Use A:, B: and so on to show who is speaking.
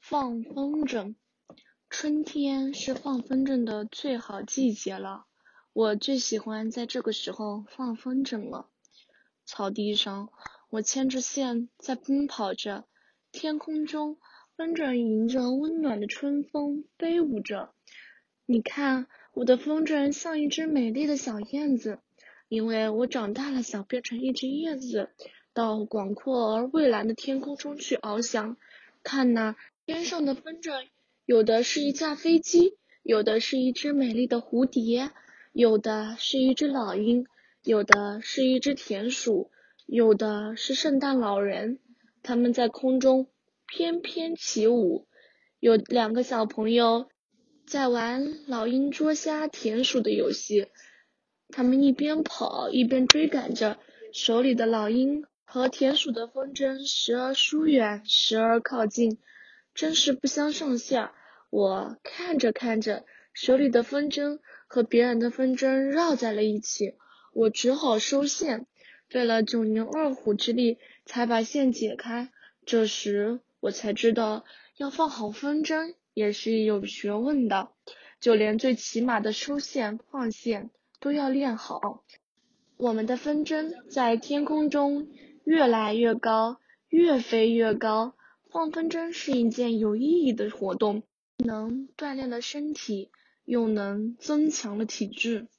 A: 放风筝，春天是放风筝的最好季节了，我最喜欢在这个时候放风筝了。草地上，我牵着线在奔跑着，天空中，风筝迎着温暖的春风飞舞着。你看，我的风筝像一只美丽的小燕子，因为我长大了，想变成一只燕子，到广阔而蔚蓝的天空中去翱翔。看哪，天上的风筝，有的是一架飞机，有的是一只美丽的蝴蝶，有的是一只老鹰，有的是一只田鼠，有的是圣诞老人，他们在空中翩翩起舞。有两个小朋友在玩老鹰捉虾、田鼠的游戏，他们一边跑一边追赶着，手里的老鹰和田鼠的风筝时而疏远，时而靠近，真是不相上下。我看着看着，手里的风筝和别人的风筝绕在了一起，我只好收线，费了9牛2虎之力才把线解开。这时我才知道，要放好风筝也是有学问的，就连最起码的收线放线都要练好。我们的风筝在天空中越来越高，越飞越高。放风筝是一件有意义的活动，能锻炼了身体，又能增强了体质。